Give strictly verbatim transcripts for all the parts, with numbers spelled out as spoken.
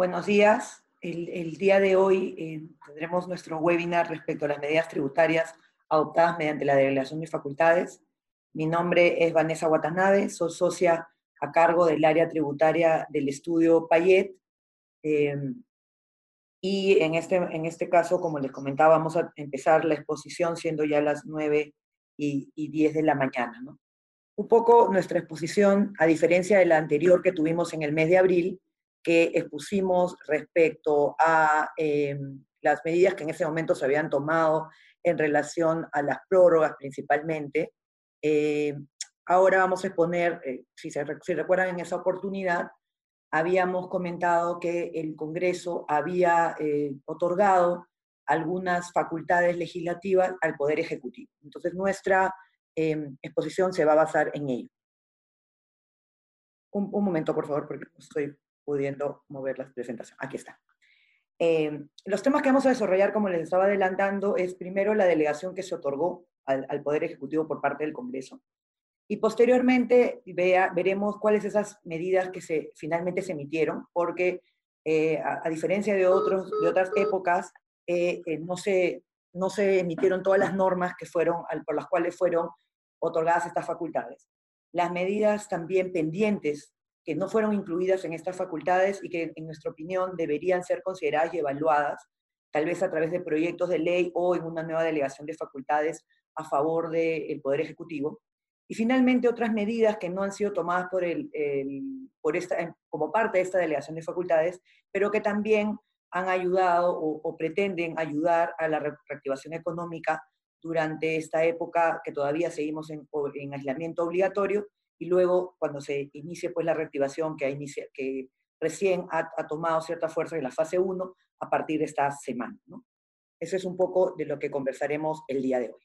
Buenos días. El, el día de hoy eh, tendremos nuestro webinar respecto a las medidas tributarias adoptadas mediante la delegación de facultades. Mi nombre es Vanessa Watanabe, soy socia a cargo del área tributaria del estudio Payet. Eh, y en este, en este caso, como les comentaba, vamos a empezar la exposición siendo ya las nueve y diez de la mañana, ¿no? Un poco nuestra exposición, a diferencia de la anterior que tuvimos en el mes de abril, que expusimos respecto a eh, las medidas que en ese momento se habían tomado en relación a las prórrogas principalmente. Eh, ahora vamos a exponer, eh, si, se, si recuerdan en esa oportunidad, habíamos comentado que el Congreso había eh, otorgado algunas facultades legislativas al Poder Ejecutivo. Entonces nuestra eh, exposición se va a basar en ello. Un, un momento, por favor, porque no estoy pudiendo mover la presentación. Aquí está. Eh, los temas que vamos a desarrollar, como les estaba adelantando, es primero la delegación que se otorgó al, al Poder Ejecutivo por parte del Congreso. Y posteriormente vea, veremos cuáles esas medidas que se, finalmente se emitieron, porque eh, a, a diferencia de, otros, de otras épocas, eh, eh, no, se, no se emitieron todas las normas que fueron, por las cuales fueron otorgadas estas facultades. Las medidas también pendientes que no fueron incluidas en estas facultades y que en nuestra opinión deberían ser consideradas y evaluadas, tal vez a través de proyectos de ley o en una nueva delegación de facultades a favor del Poder Ejecutivo. Y finalmente otras medidas que no han sido tomadas por el, el, por esta, como parte de esta delegación de facultades, pero que también han ayudado o, o pretenden ayudar a la reactivación económica durante esta época que todavía seguimos en, en aislamiento obligatorio, y luego cuando se inicie pues la reactivación que, inicia, que recién ha, ha tomado cierta fuerza en la fase uno a partir de esta semana, ¿no? Eso es un poco de lo que conversaremos el día de hoy.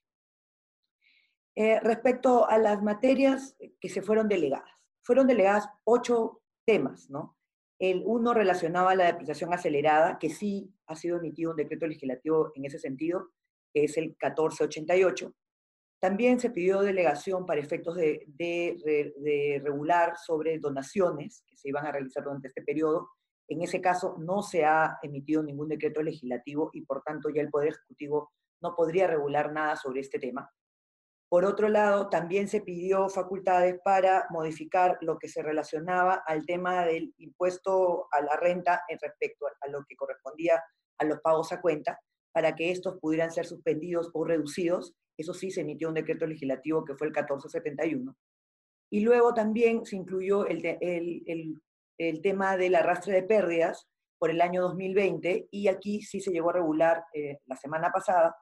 Eh, respecto a las materias que se fueron delegadas, fueron delegadas ocho temas, ¿no? El uno relacionaba a la depreciación acelerada, que sí ha sido emitido un decreto legislativo en ese sentido, que es el catorce ochenta y ocho. También se pidió delegación para efectos de, de, de, de regular sobre donaciones que se iban a realizar durante este periodo. En ese caso no se ha emitido ningún decreto legislativo y por tanto ya el Poder Ejecutivo no podría regular nada sobre este tema. Por otro lado, también se pidió facultades para modificar lo que se relacionaba al tema del impuesto a la renta en respecto a lo que correspondía a los pagos a cuenta, para que estos pudieran ser suspendidos o reducidos. Eso sí, se emitió un decreto legislativo que fue el catorce setenta y uno. Y luego también se incluyó el, el, el, el tema del arrastre de pérdidas por el año dos mil veinte, y aquí sí se llegó a regular eh, la semana pasada,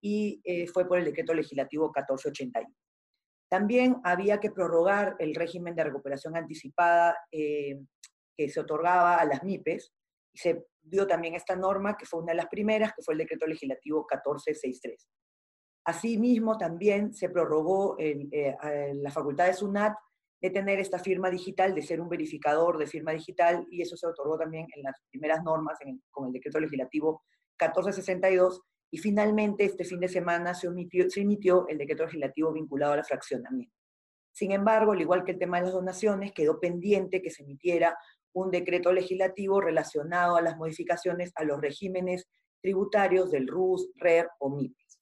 y eh, fue por el decreto legislativo catorce ochenta y uno. También había que prorrogar el régimen de recuperación anticipada eh, que se otorgaba a las MIPES, y se dio también esta norma, que fue una de las primeras, que fue el decreto legislativo catorce sesenta y tres. Asimismo, también se prorrogó el, eh, la facultad de SUNAT de tener esta firma digital, de ser un verificador de firma digital, y eso se otorgó también en las primeras normas en el, con el decreto legislativo catorce sesenta y dos, y finalmente este fin de semana se emitió, se emitió el decreto legislativo vinculado al fraccionamiento. Sin embargo, al igual que el tema de las donaciones, quedó pendiente que se emitiera un decreto legislativo relacionado a las modificaciones a los regímenes tributarios del R U S, R E R o MIPES.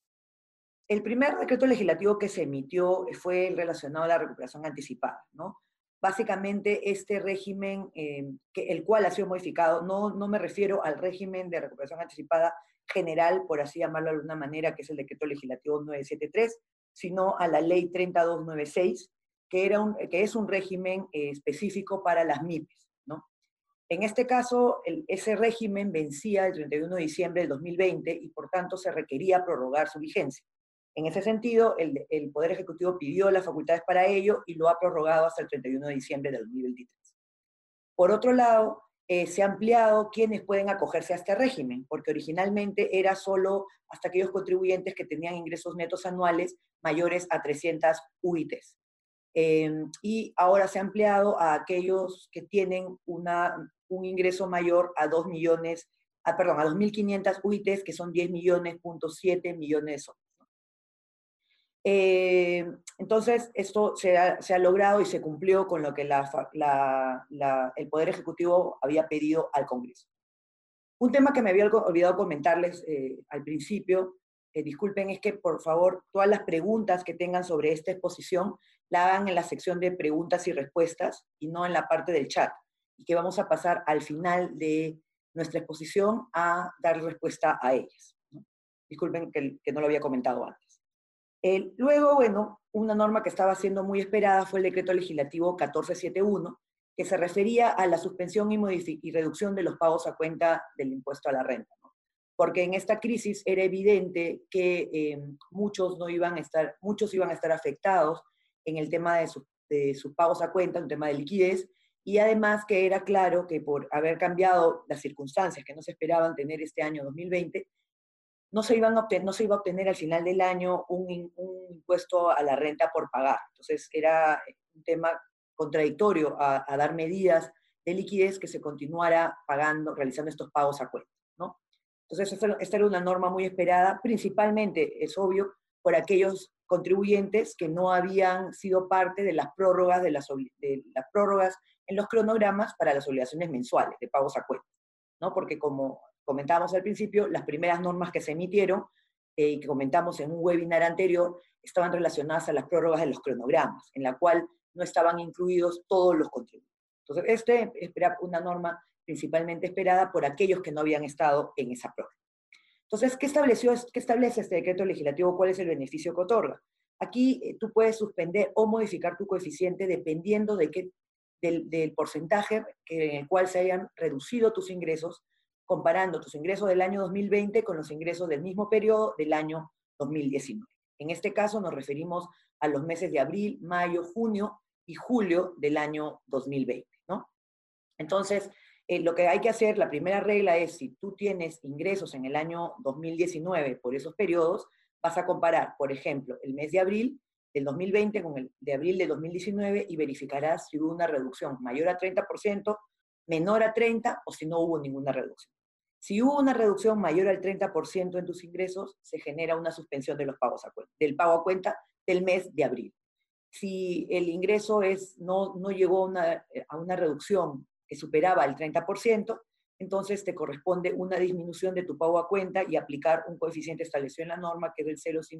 El primer decreto legislativo que se emitió fue el relacionado a la recuperación anticipada, ¿no? Básicamente este régimen, eh, que, el cual ha sido modificado, no, no me refiero al régimen de recuperación anticipada general, por así llamarlo de alguna manera, que es el decreto legislativo novecientos setenta y tres, sino a la ley treinta mil doscientos noventa y seis, que, era un, que es un régimen eh, específico para las MIPES, ¿no? En este caso, el, ese régimen vencía el treinta y uno de diciembre del dos mil veinte y por tanto se requería prorrogar su vigencia. En ese sentido, el, el Poder Ejecutivo pidió las facultades para ello y lo ha prorrogado hasta el treinta y uno de diciembre del dos mil veintitrés. Por otro lado, eh, se ha ampliado quienes pueden acogerse a este régimen, porque originalmente era solo hasta aquellos contribuyentes que tenían ingresos netos anuales mayores a trescientas U I Ts. Eh, y ahora se ha ampliado a aquellos que tienen una, un ingreso mayor a dos millones, a, perdón, a dos mil quinientas U I Ts, que son diez millones, punto siete millones de soles. Eh, entonces, esto se ha, se ha logrado y se cumplió con lo que la, la, la, el Poder Ejecutivo había pedido al Congreso. Un tema que me había olvidado comentarles eh, al principio, eh, disculpen, es que por favor todas las preguntas que tengan sobre esta exposición la hagan en la sección de preguntas y respuestas y no en la parte del chat, y que vamos a pasar al final de nuestra exposición a dar respuesta a ellas, ¿no? Disculpen que, que no lo había comentado antes. Eh, luego, bueno, una norma que estaba siendo muy esperada fue el decreto legislativo catorce setenta y uno, que se refería a la suspensión y, y reducción de los pagos a cuenta del impuesto a la renta, ¿no? Porque en esta crisis era evidente que eh, muchos, no iban a estar, muchos iban a estar afectados en el tema de, su, de sus pagos a cuenta, un tema de liquidez, y además que era claro que por haber cambiado las circunstancias que no se esperaban tener este año dos mil veinte, no se, iban a obtener, no se iba a obtener al final del año un, un impuesto a la renta por pagar. Entonces era un tema contradictorio a, a dar medidas de liquidez que se continuara pagando, realizando estos pagos a cuenta, ¿no? Entonces esta, esta era una norma muy esperada, principalmente, es obvio, por aquellos contribuyentes que no habían sido parte de las prórrogas, de las, de las prórrogas en los cronogramas para las obligaciones mensuales de pagos a cuenta, ¿no? Porque como comentábamos al principio, las primeras normas que se emitieron eh, y que comentamos en un webinar anterior estaban relacionadas a las prórrogas de los cronogramas, en la cual no estaban incluidos todos los contribuyentes. Entonces, este era una norma principalmente esperada por aquellos que no habían estado en esa prórroga. Entonces, ¿qué, estableció, qué establece este decreto legislativo? ¿Cuál es el beneficio que otorga? Aquí eh, tú puedes suspender o modificar tu coeficiente dependiendo de qué, del, del porcentaje que, en el cual se hayan reducido tus ingresos, comparando tus ingresos del año dos mil veinte con los ingresos del mismo periodo del año dos mil diecinueve. En este caso nos referimos a los meses de abril, mayo, junio y julio del año dos mil veinte, ¿no? Entonces, eh, lo que hay que hacer, la primera regla es, si tú tienes ingresos en el año dos mil diecinueve por esos periodos, vas a comparar, por ejemplo, el mes de abril del dos mil veinte con el de abril de dos mil diecinueve y verificarás si hubo una reducción mayor a treinta por ciento, menor a treinta por ciento o si no hubo ninguna reducción. Si hubo una reducción mayor al treinta por ciento en tus ingresos, se genera una suspensión de los pagos a cuenta, del pago a cuenta del mes de abril. Si el ingreso es, no, no llegó a una, a una reducción que superaba el treinta por ciento, entonces te corresponde una disminución de tu pago a cuenta y aplicar un coeficiente establecido en la norma que es del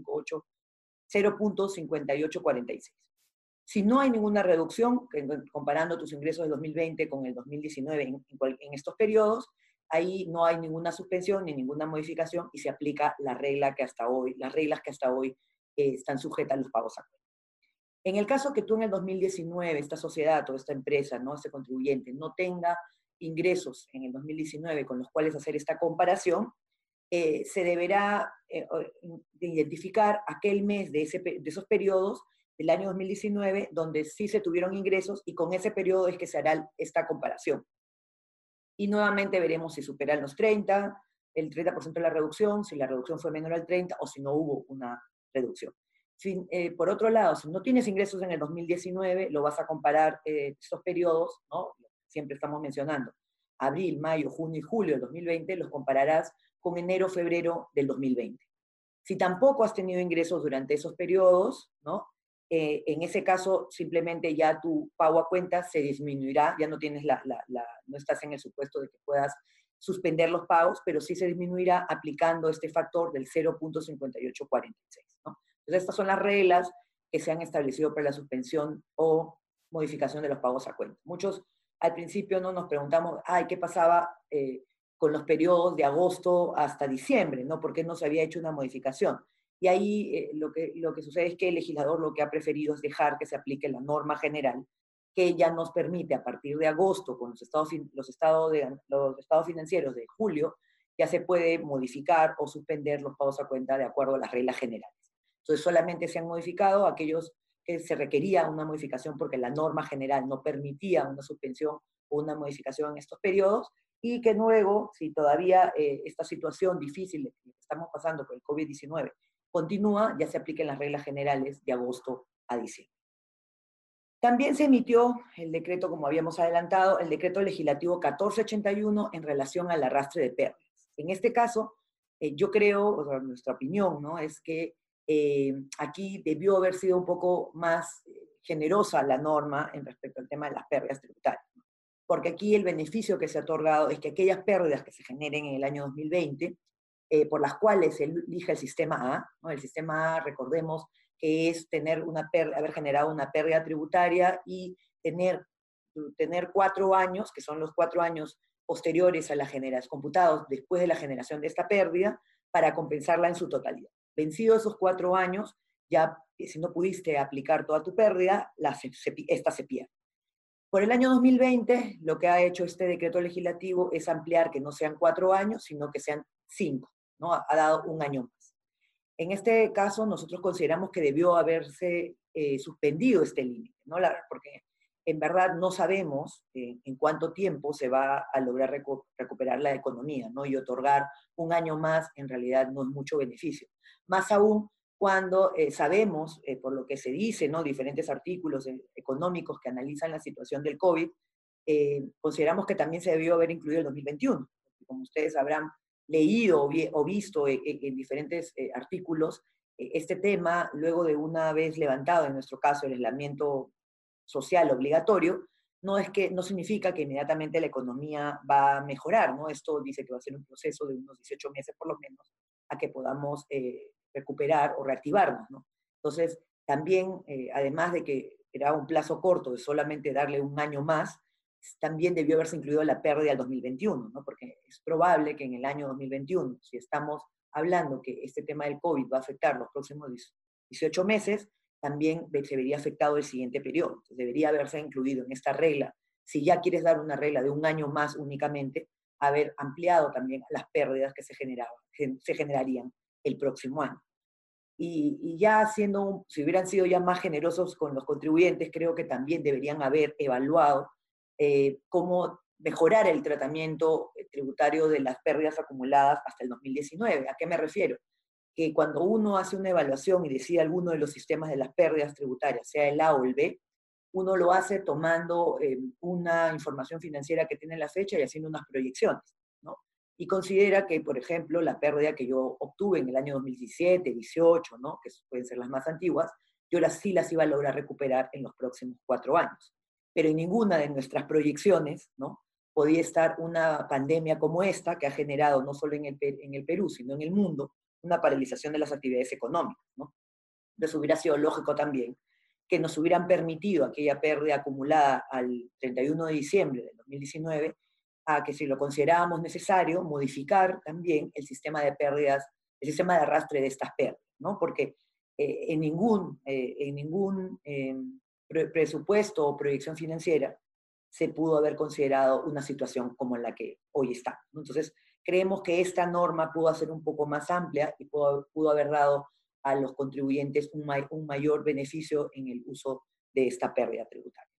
cero punto cincuenta y ocho cuarenta y seis. Si no hay ninguna reducción, comparando tus ingresos de dos mil veinte con el dos mil diecinueve en, en estos periodos, ahí no hay ninguna suspensión ni ninguna modificación y se aplica la regla que hasta hoy, las reglas que hasta hoy eh, están sujetas a los pagos a cuenta. En el caso que tú en el dos mil diecinueve, esta sociedad o esta empresa, ¿no?, este contribuyente, no tenga ingresos en el dos mil diecinueve con los cuales hacer esta comparación, eh, se deberá eh, identificar aquel mes de, ese, de esos periodos del año dos mil diecinueve donde sí se tuvieron ingresos y con ese periodo es que se hará esta comparación. Y nuevamente veremos si superan los treinta, el treinta por ciento de la reducción, si la reducción fue menor al treinta o si no hubo una reducción. Si, eh, por otro lado, si no tienes ingresos en el dos mil diecinueve, lo vas a comparar eh, estos periodos, ¿no?, siempre estamos mencionando, abril, mayo, junio y julio del dos mil veinte, los compararás con enero, febrero del dos mil veinte. Si tampoco has tenido ingresos durante esos periodos, ¿no?, eh, en ese caso simplemente ya tu pago a cuenta se disminuirá, ya no tienes la, la, la, no estás en el supuesto de que puedas suspender los pagos, pero sí se disminuirá aplicando este factor del cero punto cincuenta y ocho cuarenta y seis, ¿no? Entonces estas son las reglas que se han establecido para la suspensión o modificación de los pagos a cuenta. Muchos al principio no nos preguntamos, ay, ¿qué pasaba eh, con los periodos de agosto hasta diciembre, ¿no? ¿Por qué no se había hecho una modificación? Y ahí eh, lo, que, lo que sucede es que el legislador lo que ha preferido es dejar que se aplique la norma general, que ya nos permite a partir de agosto, con los estados, los estados, de, los estados financieros de julio, ya se puede modificar o suspender los pagos a cuenta de acuerdo a las reglas generales. Entonces solamente se han modificado aquellos que se requería una modificación porque la norma general no permitía una suspensión o una modificación en estos periodos, y que luego, si todavía eh, esta situación difícil que estamos pasando por el COVID diecinueve continúa, ya se apliquen las reglas generales de agosto a diciembre. También se emitió el decreto, como habíamos adelantado, el decreto legislativo catorce ochenta y uno en relación al arrastre de pérdidas. En este caso, eh, yo creo, o sea, nuestra opinión, ¿no?, es que eh, aquí debió haber sido un poco más eh, generosa la norma en respecto al tema de las pérdidas tributarias. porque aquí el beneficio que se ha otorgado es que aquellas pérdidas que se generen en el año dos mil veinte, eh, por las cuales se elige el sistema A, ¿no? El sistema A, recordemos, que es tener una haber generado una pérdida tributaria y tener, tener cuatro años, que son los cuatro años posteriores a la generación, computados después de la generación de esta pérdida, para compensarla en su totalidad. Vencidos esos cuatro años, ya si no pudiste aplicar toda tu pérdida, la, se, se, esta se pierde. Por el año dos mil veinte, lo que ha hecho este decreto legislativo es ampliar que no sean cuatro años, sino que sean cinco, ¿no? Ha, ha dado un año más. En este caso, nosotros consideramos que debió haberse eh, suspendido este límite, ¿no? La, porque en verdad no sabemos eh, en cuánto tiempo se va a lograr recu recuperar la economía, ¿no? Y otorgar un año más en realidad no es mucho beneficio. Más aún cuando eh, sabemos, eh, por lo que se dice, ¿no? Diferentes artículos eh, económicos que analizan la situación del COVID, eh, consideramos que también se debió haber incluido el dos mil veintiuno. Como ustedes habrán leído o, o visto en, en diferentes eh, artículos, eh, este tema, luego de una vez levantado, en nuestro caso, el aislamiento social obligatorio, no es que no significa que inmediatamente la economía va a mejorar, ¿no? Esto dice que va a ser un proceso de unos dieciocho meses por lo menos a que podamos eh, recuperar o reactivarnos, ¿no? Entonces, también, eh, además de que era un plazo corto de solamente darle un año más, también debió haberse incluido la pérdida del dos mil veintiuno, ¿no? Porque es probable que en el año dos mil veintiuno, si estamos hablando que este tema del COVID va a afectar los próximos dieciocho meses, también se vería afectado el siguiente periodo. Entonces, debería haberse incluido en esta regla, si ya quieres dar una regla de un año más únicamente, haber ampliado también las pérdidas que se, generaban, que se generarían el próximo año. Y, y ya siendo, si hubieran sido ya más generosos con los contribuyentes, creo que también deberían haber evaluado eh, cómo mejorar el tratamiento tributario de las pérdidas acumuladas hasta el dos mil diecinueve. ¿A qué me refiero? Que cuando uno hace una evaluación y decide alguno de los sistemas de las pérdidas tributarias, sea el A o el B, uno lo hace tomando eh, una información financiera que tiene la fecha y haciendo unas proyecciones, ¿no? Y considera que, por ejemplo, la pérdida que yo obtuve en el año dos mil diecisiete, dieciocho, ¿no? Que pueden ser las más antiguas, yo las, sí las iba a lograr recuperar en los próximos cuatro años. Pero en ninguna de nuestras proyecciones, ¿no? Podía estar una pandemia como esta, que ha generado no solo en el, en el Perú, sino en el mundo, una paralización de las actividades económicas, ¿no? Entonces hubiera sido lógico también que nos hubieran permitido aquella pérdida acumulada al treinta y uno de diciembre del dos mil diecinueve, a que si lo considerábamos necesario, modificar también el sistema de pérdidas, el sistema de arrastre de estas pérdidas, ¿no? Porque eh, en ningún, eh, en ningún eh, presupuesto o proyección financiera se pudo haber considerado una situación como la que hoy está, ¿no? Entonces, creemos que esta norma pudo ser un poco más amplia y pudo, pudo haber dado a los contribuyentes un, may, un mayor beneficio en el uso de esta pérdida tributaria.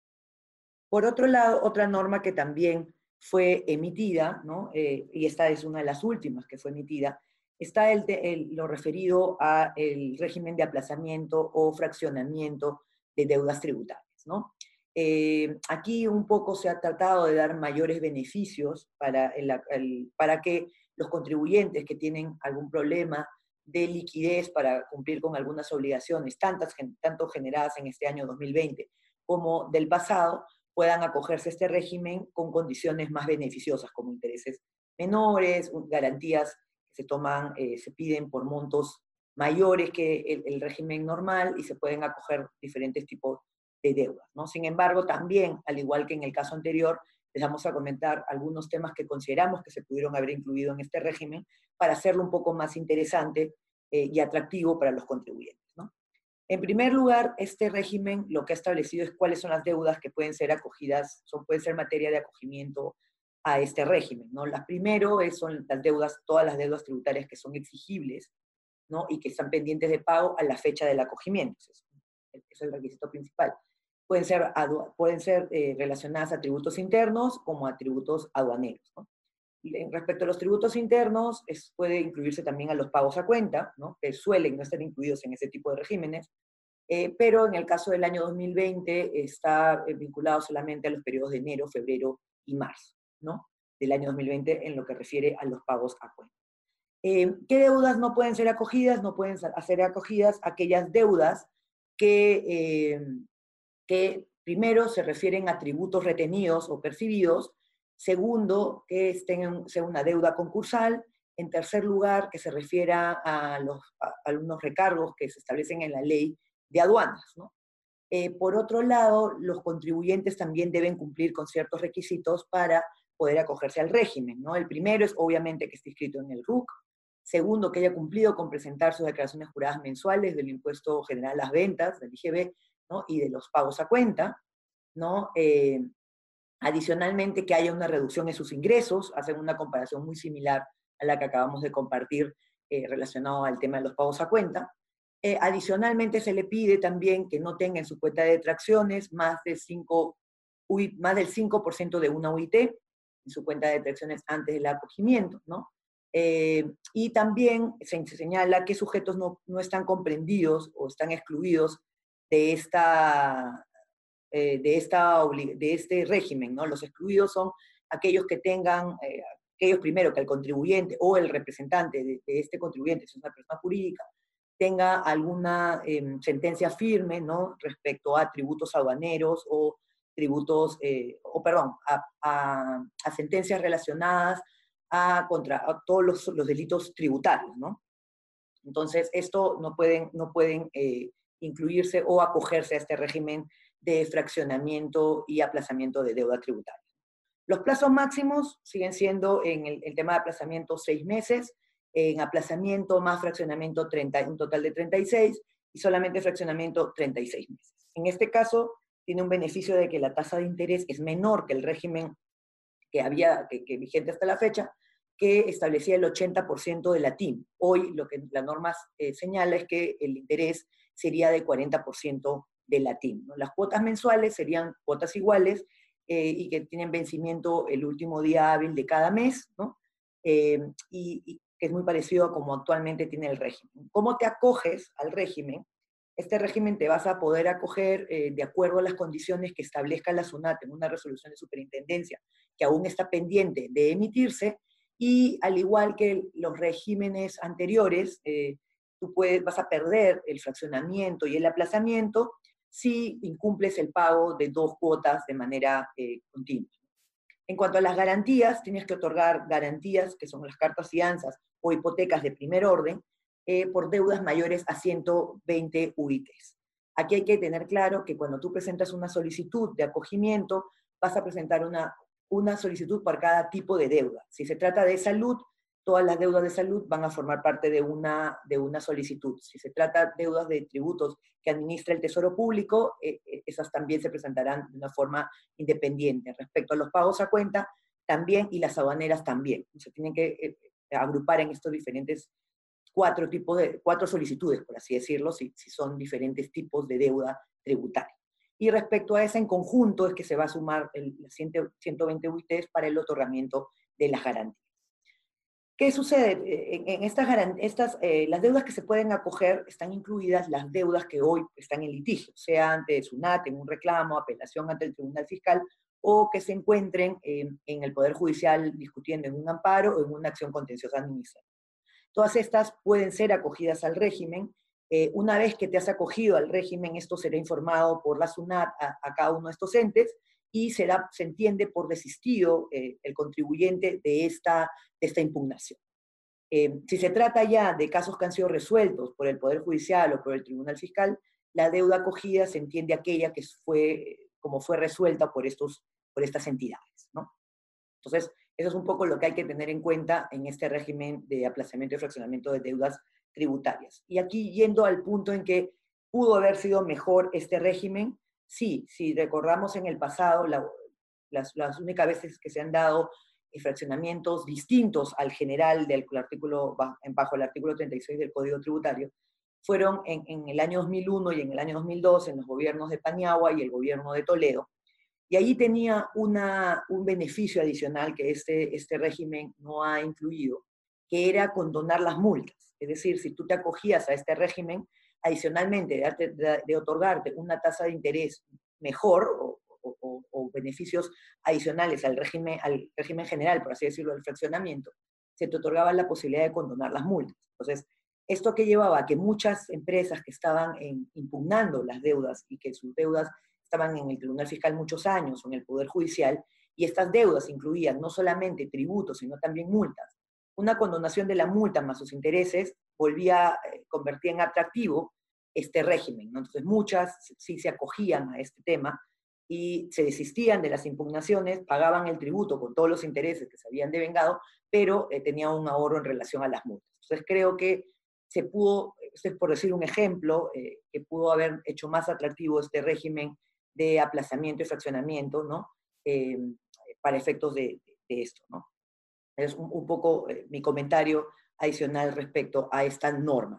Por otro lado, otra norma que también fue emitida, ¿no? eh, y esta es una de las últimas que fue emitida, está el, el, lo referido al régimen de aplazamiento o fraccionamiento de deudas tributarias, ¿no? Eh, aquí un poco se ha tratado de dar mayores beneficios para, el, el, para que los contribuyentes que tienen algún problema de liquidez para cumplir con algunas obligaciones, tantas, tanto generadas en este año dos mil veinte como del pasado, puedan acogerse a este régimen con condiciones más beneficiosas, como intereses menores, garantías que se toman, eh, se piden por montos mayores que el, el régimen normal y se pueden acoger diferentes tipos de deudas, ¿no? Sin embargo, también, al igual que en el caso anterior, les vamos a comentar algunos temas que consideramos que se pudieron haber incluido en este régimen para hacerlo un poco más interesante eh, y atractivo para los contribuyentes, ¿no? En primer lugar, este régimen lo que ha establecido es cuáles son las deudas que pueden ser acogidas, son, pueden ser materia de acogimiento a este régimen, ¿no? Las primero es, son las deudas, todas las deudas tributarias que son exigibles, ¿no? Y que están pendientes de pago a la fecha del acogimiento. Ese es el requisito principal. Pueden ser, pueden ser eh, relacionadas a tributos internos como a tributos aduaneros, ¿no? En respecto a los tributos internos, es, puede incluirse también a los pagos a cuenta, ¿no? Que suelen no estar incluidos en ese tipo de regímenes, eh, pero en el caso del año dos mil veinte está eh, vinculado solamente a los periodos de enero, febrero y marzo, ¿no? Del año dos mil veinte en lo que refiere a los pagos a cuenta. Eh, ¿Qué deudas no pueden ser acogidas? No pueden ser acogidas aquellas deudas que, eh, que primero, se refieren a tributos retenidos o percibidos. Segundo, que estén, sea una deuda concursal. En tercer lugar, que se refiera a los a, a algunos recargos que se establecen en la ley de aduanas, ¿no? Eh, por otro lado, los contribuyentes también deben cumplir con ciertos requisitos para poder acogerse al régimen, ¿no? El primero es obviamente que esté inscrito en el R U C. Segundo, que haya cumplido con presentar sus declaraciones juradas mensuales del impuesto general a las ventas, del I G B, ¿no? Y de los pagos a cuenta, ¿no? Eh, adicionalmente, que haya una reducción en sus ingresos, hacen una comparación muy similar a la que acabamos de compartir eh, relacionado al tema de los pagos a cuenta. Eh, adicionalmente, se le pide también que no tenga en su cuenta de detracciones más, de cinco, más del cinco por ciento de una U I T en su cuenta de detracciones antes del acogimiento, ¿no? Eh, y también se señala qué sujetos no, no están comprendidos o están excluidos de, esta, eh, de, esta, de este régimen, ¿no? Los excluidos son aquellos que tengan, eh, aquellos primero que el contribuyente o el representante de, de este contribuyente, si es una persona jurídica, tenga alguna eh, sentencia firme, ¿no? Respecto a tributos aduaneros o tributos, eh, o perdón, a, a, a sentencias relacionadas a, contra, a todos los, los delitos tributarios, ¿no? Entonces, esto no pueden, no pueden eh, incluirse o acogerse a este régimen de fraccionamiento y aplazamiento de deuda tributaria. Los plazos máximos siguen siendo, en el, el tema de aplazamiento, seis meses, en aplazamiento más fraccionamiento, treinta, un total de treinta y seis, y solamente fraccionamiento, treinta y seis meses. En este caso, tiene un beneficio de que la tasa de interés es menor que el régimen que había, que, que vigente hasta la fecha, que establecía el ochenta por ciento de la T I M. Hoy lo que la norma eh, señala es que el interés sería de cuarenta por ciento de la T I M, ¿no? Las cuotas mensuales serían cuotas iguales eh, y que tienen vencimiento el último día hábil de cada mes, ¿no? Eh, y, y que es muy parecido a como actualmente tiene el régimen. ¿Cómo te acoges al régimen? Este régimen te vas a poder acoger eh, de acuerdo a las condiciones que establezca la SUNAT en una resolución de superintendencia que aún está pendiente de emitirse, y al igual que los regímenes anteriores, eh, tú puedes, vas a perder el fraccionamiento y el aplazamiento si incumples el pago de dos cuotas de manera eh, continua. En cuanto a las garantías, tienes que otorgar garantías, que son las cartas fianzas o hipotecas de primer orden, eh, por deudas mayores a ciento veinte U I Ts. Aquí hay que tener claro que cuando tú presentas una solicitud de acogimiento, vas a presentar una, una solicitud por cada tipo de deuda. Si se trata de salud, todas las deudas de salud van a formar parte de una, de una solicitud. Si se trata de deudas de tributos que administra el Tesoro Público, eh, esas también se presentarán de una forma independiente. Respecto a los pagos a cuenta, también, y las aduaneras también. Se tienen que eh, agrupar en estos diferentes cuatro tipos de, cuatro solicitudes, por así decirlo, si, si son diferentes tipos de deuda tributaria. Y respecto a esa, en conjunto, es que se va a sumar el ciento veinte U I Ts para el otorgamiento de las garantías. ¿Qué sucede? En, en estas, estas eh, las deudas que se pueden acoger están incluidas las deudas que hoy están en litigio, sea ante SUNAT, en un reclamo, apelación ante el Tribunal Fiscal, o que se encuentren eh, en el Poder Judicial discutiendo en un amparo o en una acción contenciosa administrativa. Todas estas pueden ser acogidas al régimen. Eh, una vez que te has acogido al régimen, esto será informado por la SUNAT a, a cada uno de estos entes, y será, se entiende por desistido eh, el contribuyente de esta, de esta impugnación. Eh, si se trata ya de casos que han sido resueltos por el Poder Judicial o por el Tribunal Fiscal, la deuda acogida se entiende aquella que fue, como fue resuelta por, estos, por estas entidades, ¿no? Entonces, eso es un poco lo que hay que tener en cuenta en este régimen de aplazamiento y fraccionamiento de deudas tributarias. Y aquí, yendo al punto en que pudo haber sido mejor este régimen, sí, si recordamos en el pasado, la, las, las únicas veces que se han dado fraccionamientos distintos al general del artículo, bajo el artículo treinta y seis del Código Tributario, fueron en, en el año dos mil uno y en el año dos mil dos en los gobiernos de Paniagua y el gobierno de Toledo. Y ahí tenía una, un beneficio adicional que este, este régimen no ha incluido, que era condonar las multas. Es decir, si tú te acogías a este régimen, adicionalmente de, de, de otorgarte una tasa de interés mejor o, o, o beneficios adicionales al régimen, al régimen general, por así decirlo, del fraccionamiento, se te otorgaba la posibilidad de condonar las multas. Entonces, esto que llevaba a que muchas empresas que estaban en, impugnando las deudas y que sus deudas estaban en el Tribunal Fiscal muchos años o en el Poder Judicial, y estas deudas incluían no solamente tributos, sino también multas. Una condonación de la multa más sus intereses volvía, eh, convertía en atractivo este régimen, ¿no? Entonces muchas sí se acogían a este tema y se desistían de las impugnaciones, pagaban el tributo con todos los intereses que se habían devengado, pero eh, tenían un ahorro en relación a las multas. Entonces creo que se pudo, esto es por decir un ejemplo, eh, que pudo haber hecho más atractivo este régimen de aplazamiento y fraccionamiento, ¿no? Eh, para efectos de, de, esto, ¿no? Es un, un poco eh, mi comentario adicional respecto a esta norma.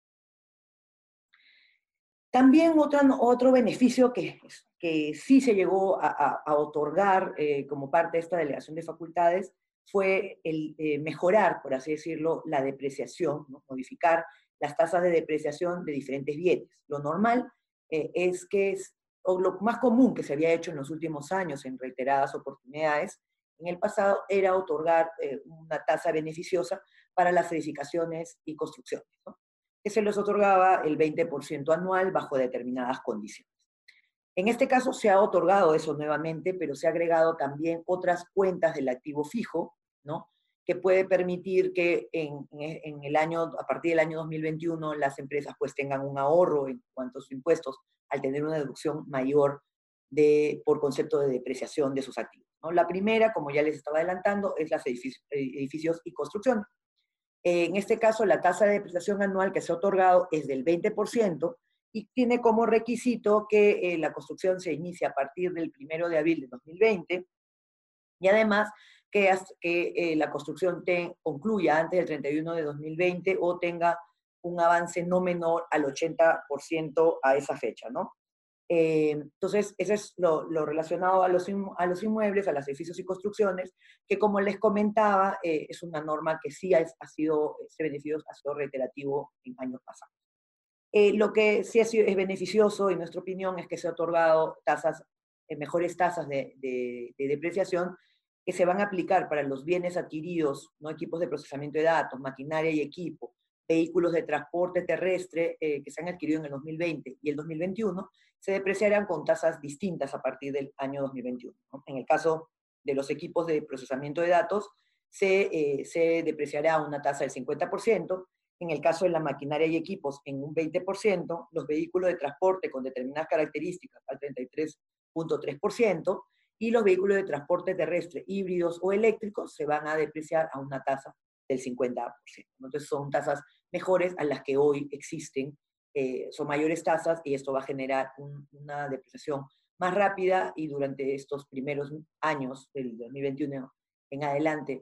También otro, otro beneficio que, que sí se llegó a, a, a otorgar eh, como parte de esta delegación de facultades fue el eh, mejorar, por así decirlo, la depreciación, ¿no? Modificar las tasas de depreciación de diferentes bienes. Lo normal eh, es que, es, o lo más común que se había hecho en los últimos años en reiteradas oportunidades, en el pasado era otorgar eh, una tasa beneficiosa para las edificaciones y construcciones, ¿no? Que se les otorgaba el veinte por ciento anual bajo determinadas condiciones. En este caso se ha otorgado eso nuevamente, pero se ha agregado también otras cuentas del activo fijo, ¿no? Que puede permitir que en, en el año, a partir del año dos mil veintiuno las empresas pues tengan un ahorro en cuanto a sus impuestos al tener una deducción mayor de, por concepto de depreciación de sus activos, ¿no? La primera, como ya les estaba adelantando, es los edificios, edificios y construcciones. En este caso, la tasa de depreciación anual que se ha otorgado es del veinte por ciento y tiene como requisito que eh, la construcción se inicie a partir del primero de abril de dos mil veinte y además que, que eh, la construcción ten, concluya antes del treinta y uno de dos mil veinte o tenga un avance no menor al ochenta por ciento a esa fecha, ¿no? Eh, entonces, eso es lo, lo relacionado a los, a los inmuebles, a los edificios y construcciones, que como les comentaba, eh, es una norma que sí ha, ha sido, este beneficio ha sido reiterativo en años pasados. Eh, lo que sí ha sido, es beneficioso, en nuestra opinión, es que se ha otorgado tasas, eh, mejores tasas de, de, de depreciación que se van a aplicar para los bienes adquiridos, ¿no? Equipos de procesamiento de datos, maquinaria y equipo, vehículos de transporte terrestre eh, que se han adquirido en el dos mil veinte y el dos mil veintiuno, se depreciarán con tasas distintas a partir del año dos mil veintiuno, ¿no? En el caso de los equipos de procesamiento de datos, se, eh, se depreciará una tasa del cincuenta por ciento, en el caso de la maquinaria y equipos en un veinte por ciento, los vehículos de transporte con determinadas características al treinta y tres punto tres por ciento, y los vehículos de transporte terrestre híbridos o eléctricos se van a depreciar a una tasa del cincuenta por ciento. Entonces son tasas mejores a las que hoy existen, eh, son mayores tasas y esto va a generar un, una depreciación más rápida y durante estos primeros años del dos mil veintiuno en adelante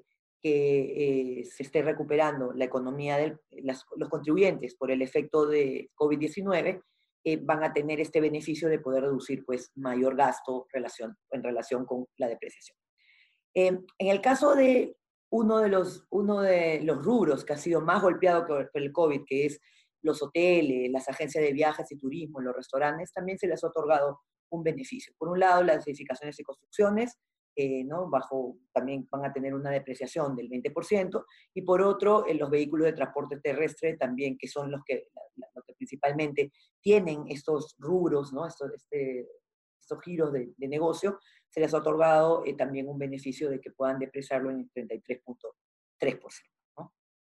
que eh, se esté recuperando la economía de los contribuyentes por el efecto de COVID diecinueve, eh, van a tener este beneficio de poder reducir pues, mayor gasto relación, en relación con la depreciación. Eh, en el caso de uno de, los, uno de los rubros que ha sido más golpeado por el COVID, que es los hoteles, las agencias de viajes y turismo, los restaurantes, también se les ha otorgado un beneficio. Por un lado, las edificaciones y construcciones, Eh, ¿no? Bajo, también van a tener una depreciación del veinte por ciento, y por otro, eh, los vehículos de transporte terrestre también, que son los que, la, los que principalmente tienen estos rubros, ¿no? estos, este, estos giros de, de negocio, se les ha otorgado eh, también un beneficio de que puedan depreciarlo en el treinta y tres punto tres por ciento. ¿No?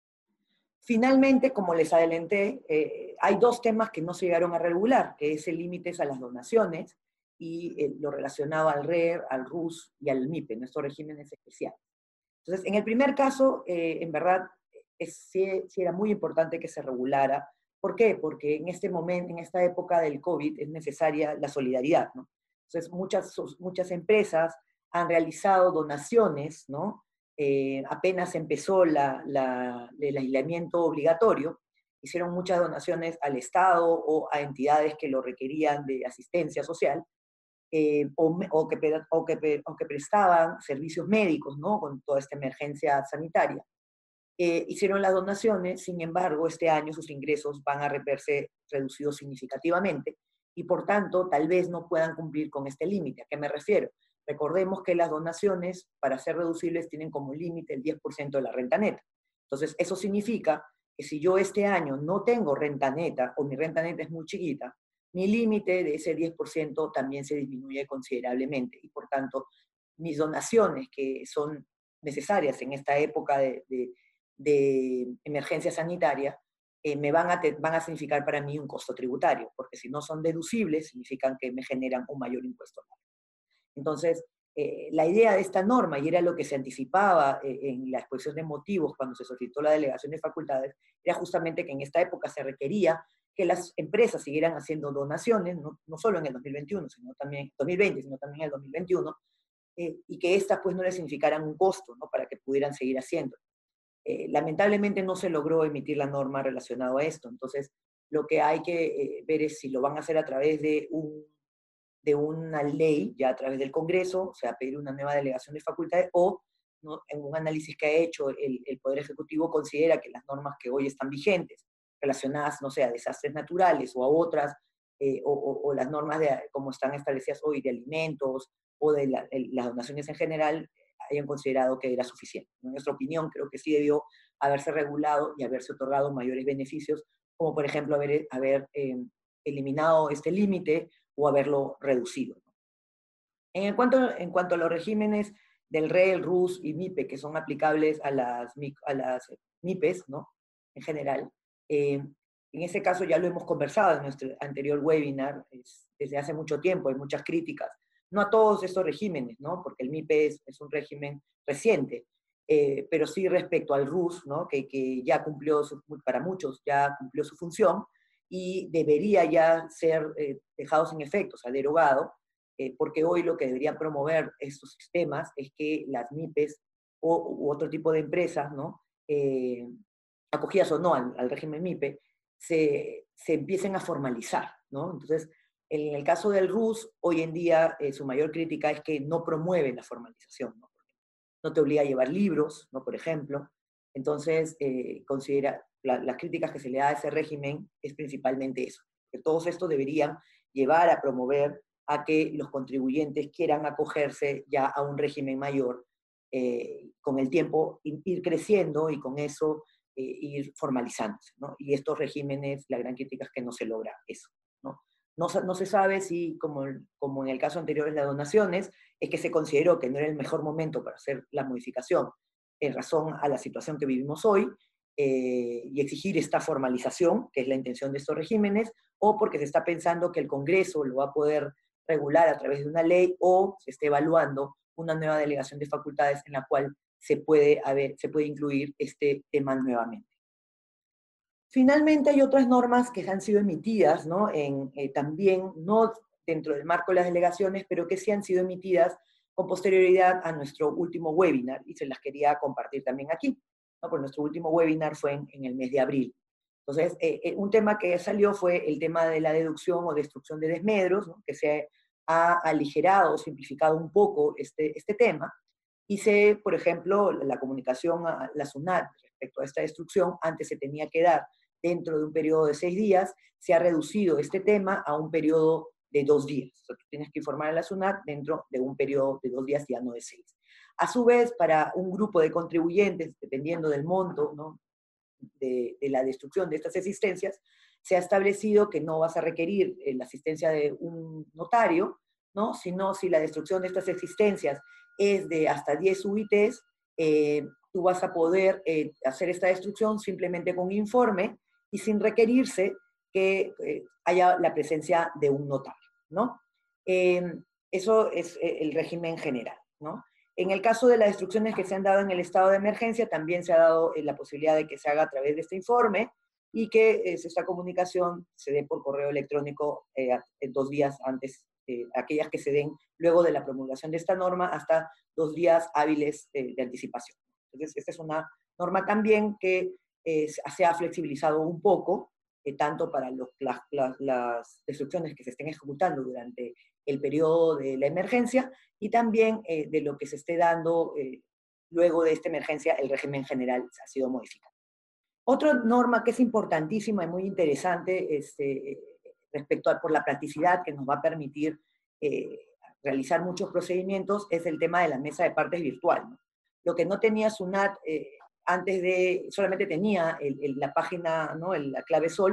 Finalmente, como les adelanté, eh, hay dos temas que no se llegaron a regular, que es el límite a las donaciones, y eh, lo relacionado al R E R, al R U S y al M I P E, nuestros regímenes especiales. Entonces, en el primer caso, eh, en verdad, es, sí, sí era muy importante que se regulara. ¿Por qué? Porque en este momento, en esta época del COVID, es necesaria la solidaridad, ¿no? Entonces, muchas, muchas empresas han realizado donaciones, ¿no? Eh, apenas empezó la, la, el aislamiento obligatorio, hicieron muchas donaciones al Estado o a entidades que lo requerían de asistencia social, Eh, o, o, que, o, que, o que prestaban servicios médicos, ¿no? Con toda esta emergencia sanitaria. Eh, hicieron las donaciones, sin embargo, este año sus ingresos van a verse reducidos significativamente y por tanto tal vez no puedan cumplir con este límite. ¿A qué me refiero? Recordemos que las donaciones, para ser reducibles, tienen como límite el diez por ciento de la renta neta. Entonces, eso significa que si yo este año no tengo renta neta o mi renta neta es muy chiquita, mi límite de ese diez por ciento también se disminuye considerablemente y por tanto mis donaciones que son necesarias en esta época de, de, de emergencia sanitaria eh, me van a, te, van a significar para mí un costo tributario, porque si no son deducibles significan que me generan un mayor impuesto. Entonces, eh, la idea de esta norma, y era lo que se anticipaba eh, en la exposición de motivos cuando se solicitó la delegación de facultades, era justamente que en esta época se requería que las empresas siguieran haciendo donaciones, no, no solo en el dos mil veintiuno, sino también dos mil veinte, sino también en el dos mil veintiuno, eh, y que estas pues no les significaran un costo, ¿no? Para que pudieran seguir haciendo. Eh, lamentablemente no se logró emitir la norma relacionada a esto, entonces lo que hay que eh, ver es si lo van a hacer a través de un de una ley, ya a través del Congreso, o sea, pedir una nueva delegación de facultades, o ¿no? En un análisis que ha hecho el, el Poder Ejecutivo considera que las normas que hoy están vigentes, relacionadas, no sé, a desastres naturales o a otras, eh, o, o, o, las normas de, como están establecidas hoy de alimentos o de la, el, las donaciones en general, hayan considerado que era suficiente. En nuestra opinión, creo que sí debió haberse regulado y haberse otorgado mayores beneficios, como por ejemplo haber, haber eh, eliminado este límite o haberlo reducido. En cuanto, en cuanto a los regímenes del R E L, R U S y MIPE, que son aplicables a las, a las MIPES, ¿no? En general, eh, en ese caso ya lo hemos conversado en nuestro anterior webinar, es, desde hace mucho tiempo, hay muchas críticas, no a todos estos regímenes, ¿no? Porque el MIPE es, es un régimen reciente, eh, pero sí respecto al R U S, ¿no? Que, que ya cumplió, su, para muchos, ya cumplió su función, y debería ya ser eh, dejado sin efecto, o sea, derogado, eh, porque hoy lo que deberían promover estos sistemas es que las MIPES o, u otro tipo de empresas, ¿no? Eh, acogidas o no al, al régimen MIPE, se, se empiecen a formalizar, ¿no? Entonces, en el caso del R U S, hoy en día eh, su mayor crítica es que no promueve la formalización, ¿no? No te obliga a llevar libros, ¿no? Por ejemplo. Entonces, eh, considera, la, las críticas que se le da a ese régimen es principalmente eso, que todos estos deberían llevar a promover a que los contribuyentes quieran acogerse ya a un régimen mayor, eh, con el tiempo ir creciendo y con eso eh, ir formalizándose, ¿no? Y estos regímenes, la gran crítica es que no se logra eso, ¿no? No, no se sabe si, como, como en el caso anterior de las donaciones, es que se consideró que no era el mejor momento para hacer la modificación en razón a la situación que vivimos hoy, eh, y exigir esta formalización, que es la intención de estos regímenes, o porque se está pensando que el Congreso lo va a poder regular a través de una ley, o se está evaluando una nueva delegación de facultades en la cual se puede, haber, se puede incluir este tema nuevamente. Finalmente hay otras normas que han sido emitidas, ¿no? En, eh, también, no dentro del marco de las delegaciones, pero que sí han sido emitidas con posterioridad a nuestro último webinar, y se las quería compartir también aquí, ¿no? Porque nuestro último webinar fue en, en el mes de abril. Entonces, eh, eh, un tema que salió fue el tema de la deducción o destrucción de desmedros, ¿no? Que se ha aligerado o simplificado un poco este, este tema, y se, por ejemplo, la comunicación a la SUNAT respecto a esta destrucción, antes se tenía que dar dentro de un periodo de seis días, se ha reducido este tema a un periodo de dos días. O sea, tú tienes que informar a la SUNAT dentro de un periodo de dos días, ya no de seis. A su vez, para un grupo de contribuyentes, dependiendo del monto, ¿no? de, de la destrucción de estas existencias, se ha establecido que no vas a requerir eh, la asistencia de un notario, ¿no? Sino si la destrucción de estas existencias es de hasta diez U I Ts, eh, tú vas a poder eh, hacer esta destrucción simplemente con un informe y sin requerirse que eh, haya la presencia de un notario, ¿no? Eh, eso es el régimen general, ¿no? En el caso de las destrucciones que se han dado en el estado de emergencia, también se ha dado eh, la posibilidad de que se haga a través de este informe y que eh, esta comunicación se dé por correo electrónico eh, dos días antes, eh, aquellas que se den luego de la promulgación de esta norma hasta dos días hábiles eh, de anticipación. Entonces, esta es una norma también que eh, se ha flexibilizado un poco, eh, tanto para los, las, las, las destrucciones que se estén ejecutando durante el periodo de la emergencia y también eh, de lo que se esté dando eh, luego de esta emergencia, el régimen general ha sido modificado. Otra norma que es importantísima y muy interesante este, respecto a por la practicidad que nos va a permitir eh, realizar muchos procedimientos es el tema de la mesa de partes virtual, ¿no? Lo que no tenía SUNAT eh, antes de, solamente tenía el, el, la página, ¿no? el, la clave S O L,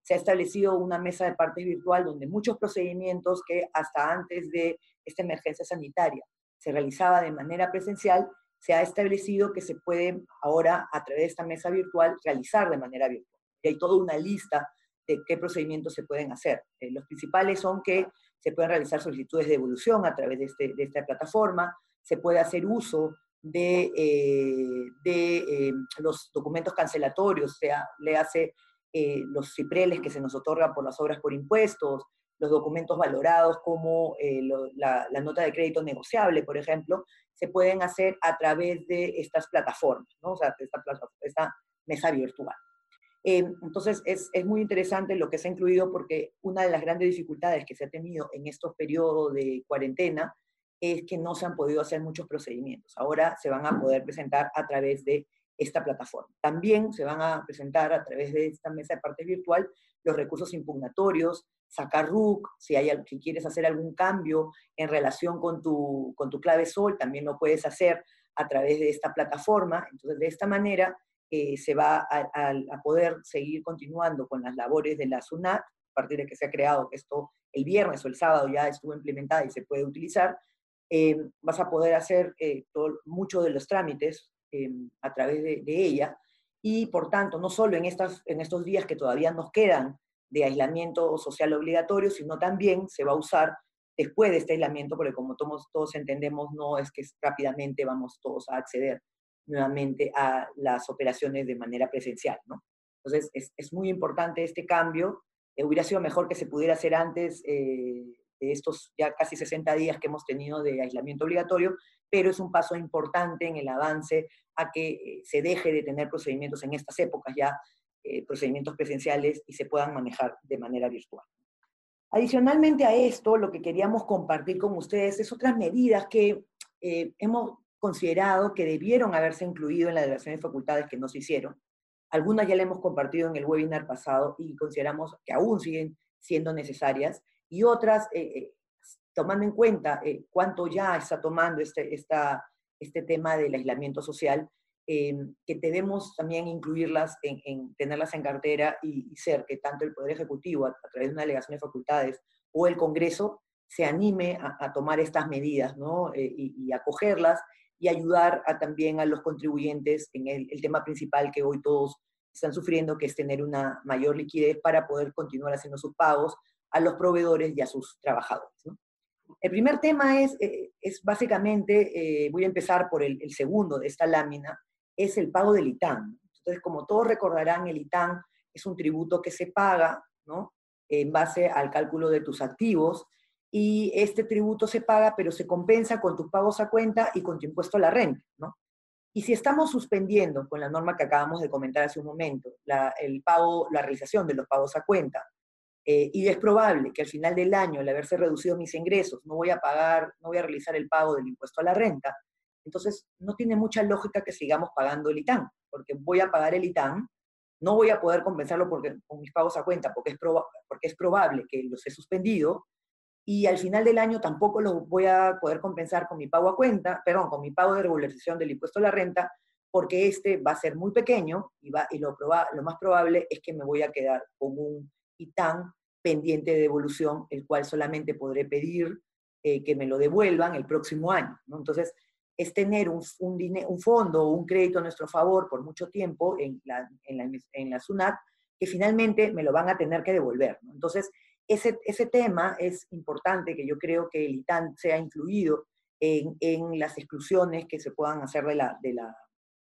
se ha establecido una mesa de partes virtual donde muchos procedimientos que hasta antes de esta emergencia sanitaria se realizaba de manera presencial, se ha establecido que se puede ahora, a través de esta mesa virtual, realizar de manera virtual. Y hay toda una lista de qué procedimientos se pueden hacer. Eh, los principales son que se pueden realizar solicitudes de devolución a través de, este, de esta plataforma, se puede hacer uso de, eh, de eh, los documentos cancelatorios, o sea, le hace eh, los cipreles que se nos otorgan por las obras por impuestos, los documentos valorados como eh, lo, la, la nota de crédito negociable, por ejemplo, se pueden hacer a través de estas plataformas, ¿no? O sea, esta, esta mesa virtual. Eh, entonces, es, es muy interesante lo que se ha incluido porque una de las grandes dificultades que se ha tenido en estos periodos de cuarentena es que no se han podido hacer muchos procedimientos. Ahora se van a poder presentar a través de esta plataforma. También se van a presentar a través de esta mesa de parte virtual los recursos impugnatorios, sacar R U C, si, hay, si quieres hacer algún cambio en relación con tu, con tu clave S O L, también lo puedes hacer a través de esta plataforma. Entonces, de esta manera, eh, se va a, a, a poder seguir continuando con las labores de la SUNAT, a partir de que se ha creado, que esto el viernes o el sábado ya estuvo implementada y se puede utilizar. Eh, vas a poder hacer eh, muchos de los trámites eh, a través de, de ella, y por tanto, no solo en, estas, en estos días que todavía nos quedan de aislamiento social obligatorio, sino también se va a usar después de este aislamiento, porque como todos, todos entendemos, no es que rápidamente vamos todos a acceder nuevamente a las operaciones de manera presencial, ¿no? Entonces, es, es muy importante este cambio. Eh, hubiera sido mejor que se pudiera hacer antes eh, de estos ya casi sesenta días que hemos tenido de aislamiento obligatorio, pero es un paso importante en el avance a que eh, se deje de tener procedimientos en estas épocas ya, eh, procedimientos presenciales, y se puedan manejar de manera virtual. Adicionalmente a esto, lo que queríamos compartir con ustedes es otras medidas que eh, hemos considerado que debieron haberse incluido en la delegación de facultades que no se hicieron. Algunas ya las hemos compartido en el webinar pasado y consideramos que aún siguen siendo necesarias, y otras, eh, eh, tomando en cuenta eh, cuánto ya está tomando este, esta, este tema del aislamiento social, eh, que debemos también incluirlas, en, en tenerlas en cartera y, y ser que tanto el Poder Ejecutivo, a, a través de una delegación de facultades, o el Congreso, se anime a, a tomar estas medidas, ¿no? Eh, y, y acogerlas, y ayudar a, también a los contribuyentes en el, el tema principal que hoy todos están sufriendo, que es tener una mayor liquidez para poder continuar haciendo sus pagos a los proveedores y a sus trabajadores, ¿no? El primer tema es, eh, es básicamente, eh, voy a empezar por el, el segundo de esta lámina, es el pago del I T A N. Entonces, como todos recordarán, el I T A N es un tributo que se paga, ¿no?, en base al cálculo de tus activos, y este tributo se paga, pero se compensa con tus pagos a cuenta y con tu impuesto a la renta, ¿no? Y si estamos suspendiendo, con la norma que acabamos de comentar hace un momento, la, el pago, la realización de los pagos a cuenta, eh, y es probable que al final del año, al haberse reducido mis ingresos, no voy a pagar, no voy a realizar el pago del impuesto a la renta, entonces no tiene mucha lógica que sigamos pagando el I T A N, porque voy a pagar el I T A N, no voy a poder compensarlo porque, con mis pagos a cuenta, porque es, proba, porque es probable que los he suspendido, y al final del año tampoco los voy a poder compensar con mi pago a cuenta, perdón, con mi pago de regularización del impuesto a la renta, porque este va a ser muy pequeño, y, va, y lo, proba, lo más probable es que me voy a quedar con un I T A N pendiente de devolución, el cual solamente podré pedir eh, que me lo devuelvan el próximo año, ¿no? Entonces, es tener un, un, dinero, un fondo o un crédito a nuestro favor por mucho tiempo en la, en la, en la SUNAT, que finalmente me lo van a tener que devolver, ¿no? Entonces, ese, ese tema es importante, que yo creo que el I T A N sea incluido en, en las exclusiones que se puedan hacer de, la, de, la,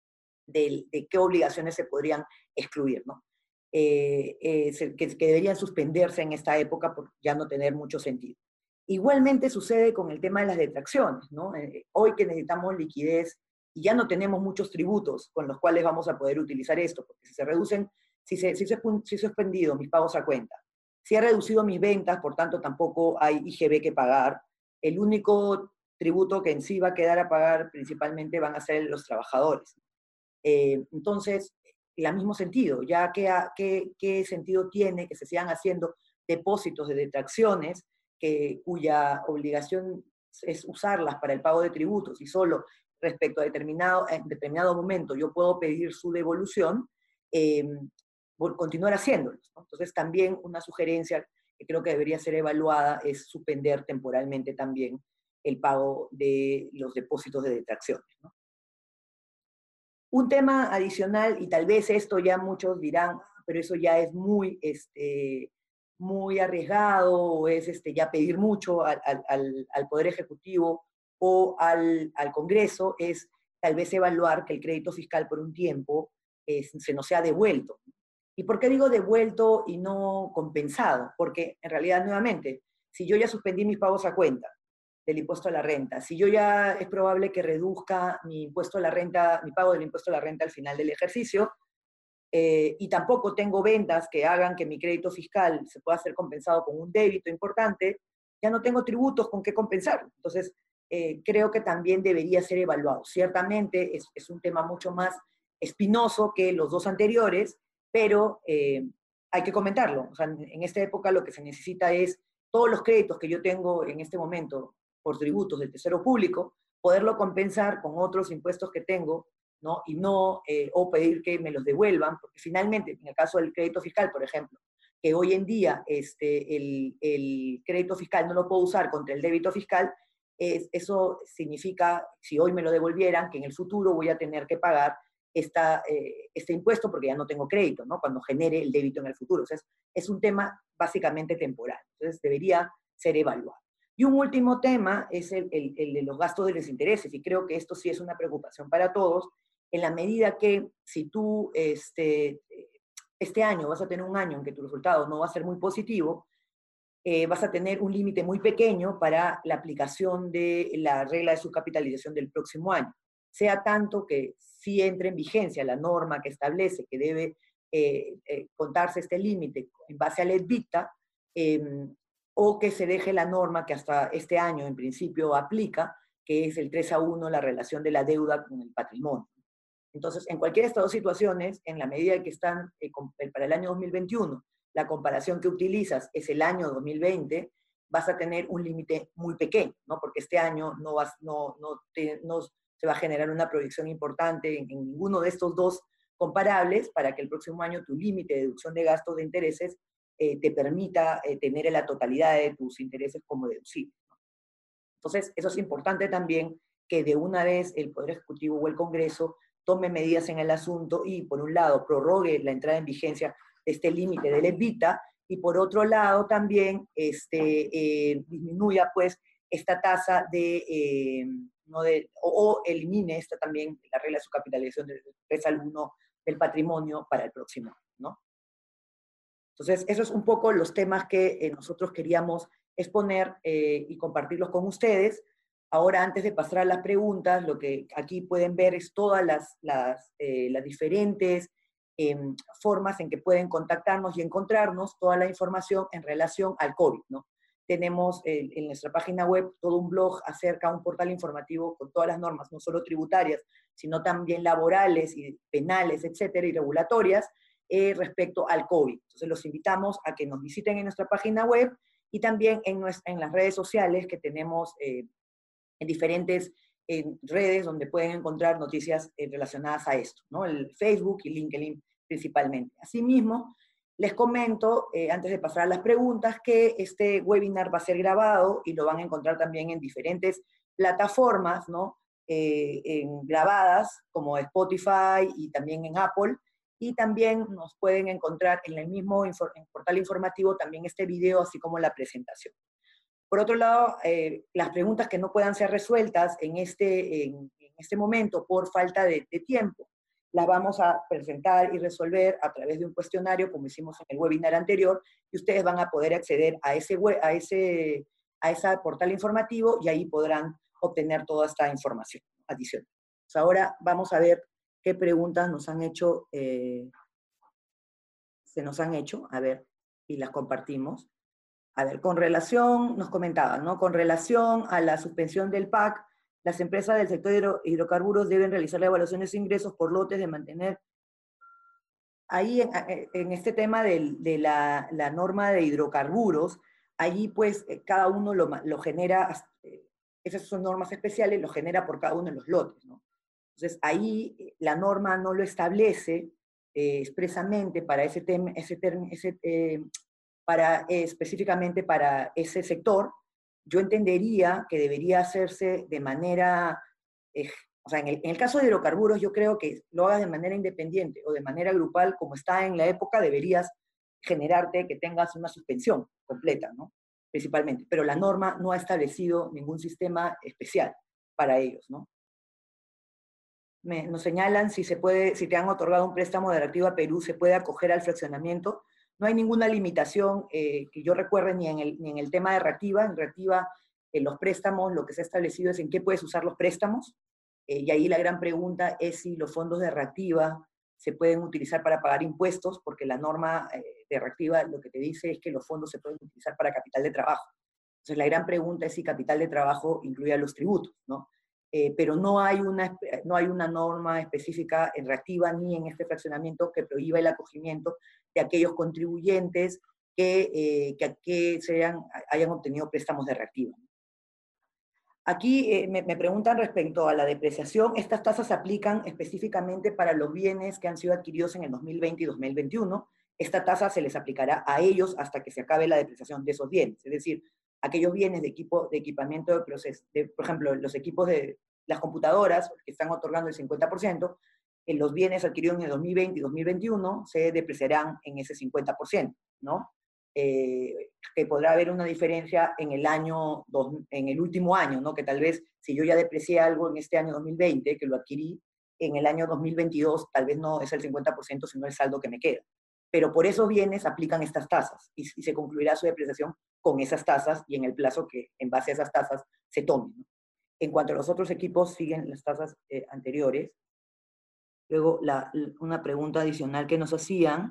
de, de qué obligaciones se podrían excluir, ¿no? Eh, eh, que, que deberían suspenderse en esta época por ya no tener mucho sentido. Igualmente sucede con el tema de las detracciones, ¿no? Eh, hoy que necesitamos liquidez y ya no tenemos muchos tributos con los cuales vamos a poder utilizar esto, porque si se reducen, si se, si se, si he suspendido mis pagos a cuenta, si he reducido mis ventas, por tanto tampoco hay I G B que pagar, el único tributo que en sí va a quedar a pagar principalmente van a ser los trabajadores. Eh, entonces, el mismo sentido, ya que, que, qué sentido tiene que se sigan haciendo depósitos de detracciones que, cuya obligación es usarlas para el pago de tributos, y solo respecto a determinado, en determinado momento yo puedo pedir su devolución, eh, continuar haciéndolos, ¿no? Entonces también una sugerencia que creo que debería ser evaluada es suspender temporalmente también el pago de los depósitos de detracciones, ¿no? Un tema adicional, y tal vez esto ya muchos dirán, pero eso ya es muy, este, muy arriesgado, o es este, ya pedir mucho al, al, al Poder Ejecutivo o al, al Congreso, es tal vez evaluar que el crédito fiscal por un tiempo eh, se nos sea devuelto. ¿Y por qué digo devuelto y no compensado? Porque en realidad, nuevamente, si yo ya suspendí mis pagos a cuenta del impuesto a la renta, si yo ya es probable que reduzca mi impuesto a la renta, mi pago del impuesto a la renta al final del ejercicio, eh, y tampoco tengo ventas que hagan que mi crédito fiscal se pueda ser compensado con un débito importante, ya no tengo tributos con qué compensar. Entonces, eh, creo que también debería ser evaluado. Ciertamente es, es un tema mucho más espinoso que los dos anteriores, pero eh, hay que comentarlo. O sea, en esta época lo que se necesita es todos los créditos que yo tengo en este momento por tributos del Tesoro Público, poderlo compensar con otros impuestos que tengo, ¿no? Y no, eh, o pedir que me los devuelvan, porque finalmente, en el caso del crédito fiscal, por ejemplo, que hoy en día este, el, el crédito fiscal no lo puedo usar contra el débito fiscal, es, eso significa, si hoy me lo devolvieran, que en el futuro voy a tener que pagar esta, eh, este impuesto porque ya no tengo crédito, ¿no? Cuando genere el débito en el futuro. O sea, es, es un tema básicamente temporal. Entonces, debería ser evaluado. Y un último tema es el, el, el de los gastos de los intereses, y creo que esto sí es una preocupación para todos, en la medida que si tú este, este año vas a tener un año en que tu resultado no va a ser muy positivo, eh, vas a tener un límite muy pequeño para la aplicación de la regla de subcapitalización del próximo año. Sea tanto que sí entre en vigencia la norma que establece que debe eh, eh, contarse este límite en base al EBITDA, eh, o que se deje la norma que hasta este año en principio aplica, que es el tres a uno, la relación de la deuda con el patrimonio. Entonces, en cualquiera de estas dos situaciones, en la medida que están eh, para el año dos mil veintiuno, la comparación que utilizas es el año dos mil veinte, vas a tener un límite muy pequeño, ¿no? Porque este año no, vas, no, no, te, no se va a generar una proyección importante en, en ninguno de estos dos comparables para que el próximo año tu límite de deducción de gastos de intereses eh, te permita eh, tener la totalidad de tus intereses como deducibles, ¿no? Entonces, eso es importante también, que de una vez el Poder Ejecutivo o el Congreso tome medidas en el asunto y, por un lado, prorrogue la entrada en vigencia de este límite del EBITDA, y por otro lado también este, eh, disminuya pues esta tasa de, eh, no de o, o elimine esta también la regla de su capitalización del tres al uno del patrimonio para el próximo, ¿no? Entonces, esos son un poco los temas que eh, nosotros queríamos exponer eh, y compartirlos con ustedes. Ahora, antes de pasar a las preguntas, lo que aquí pueden ver es todas las, las, eh, las diferentes eh, formas en que pueden contactarnos y encontrarnos toda la información en relación al COVID, ¿no? Tenemos eh, en nuestra página web todo un blog acerca de un portal informativo con todas las normas, no solo tributarias, sino también laborales y penales, etcétera, y regulatorias, eh, respecto al COVID. Entonces, los invitamos a que nos visiten en nuestra página web y también en, nuestra, en las redes sociales que tenemos eh, en diferentes en redes donde pueden encontrar noticias eh, relacionadas a esto, ¿no? El Facebook y LinkedIn principalmente. Asimismo, les comento, eh, antes de pasar a las preguntas, que este webinar va a ser grabado y lo van a encontrar también en diferentes plataformas, ¿no? Eh, en grabadas, como Spotify y también en Apple, y también nos pueden encontrar en el mismo infor en portal informativo también este video, así como la presentación. Por otro lado, eh, las preguntas que no puedan ser resueltas en este, en, en este momento por falta de, de tiempo, las vamos a presentar y resolver a través de un cuestionario, como hicimos en el webinar anterior, y ustedes van a poder acceder a ese, web, a ese, a ese portal informativo y ahí podrán obtener toda esta información adicional. Pues ahora vamos a ver qué preguntas nos han hecho, eh, se nos han hecho, a ver, y las compartimos. A ver, con relación, nos comentaban, ¿no? Con relación a la suspensión del P A C, las empresas del sector de hidrocarburos deben realizar la evaluación de sus ingresos por lotes de mantener. Ahí, en, en este tema de, de la, la norma de hidrocarburos, allí pues cada uno lo, lo genera, esas son normas especiales, lo genera por cada uno de los lotes, ¿no? Entonces ahí la norma no lo establece, eh, expresamente para ese tema, ese ese, eh, para, eh, específicamente para ese sector, yo entendería que debería hacerse de manera, eh, o sea, en el, en el caso de hidrocarburos yo creo que lo hagas de manera independiente o de manera grupal, como está en la época, deberías generarte que tengas una suspensión completa, ¿no? Principalmente, pero la norma no ha establecido ningún sistema especial para ellos, ¿no? Me, nos señalan si se puede, si te han otorgado un préstamo de Reactiva Perú, se puede acoger al fraccionamiento. No hay ninguna limitación eh, que yo recuerde ni en, el, ni en el tema de Reactiva. En Reactiva, en los préstamos, lo que se ha establecido es en qué puedes usar los préstamos. Eh, y ahí la gran pregunta es si los fondos de Reactiva se pueden utilizar para pagar impuestos, porque la norma eh, de Reactiva lo que te dice es que los fondos se pueden utilizar para capital de trabajo. Entonces la gran pregunta es si capital de trabajo incluye los tributos, ¿no? Eh, pero no hay, una, no hay una norma específica en Reactiva ni en este fraccionamiento que prohíba el acogimiento de aquellos contribuyentes que, eh, que, que sean, hayan obtenido préstamos de Reactiva. Aquí eh, me, me preguntan respecto a la depreciación. Estas tasas se aplican específicamente para los bienes que han sido adquiridos en el dos mil veinte y dos mil veintiuno. Esta tasa se les aplicará a ellos hasta que se acabe la depreciación de esos bienes. Es decir, aquellos bienes de, equipo, de equipamiento de proceso, de, por ejemplo, los equipos de las computadoras, que están otorgando el cincuenta por ciento, en los bienes adquiridos en el dos mil veinte y dos mil veintiuno se depreciarán en ese cincuenta por ciento, ¿no? Eh, que podrá haber una diferencia en el año, dos, en el último año, ¿no? Que tal vez si yo ya deprecié algo en este año dos mil veinte, que lo adquirí, en el año dos mil veintidós tal vez no es el cincuenta por ciento, sino el saldo que me queda. Pero por esos bienes aplican estas tasas y, y se concluirá su depreciación con esas tasas y en el plazo que en base a esas tasas se tomen, ¿no? En cuanto a los otros equipos, siguen las tasas eh, anteriores. Luego, la, una pregunta adicional que nos hacían.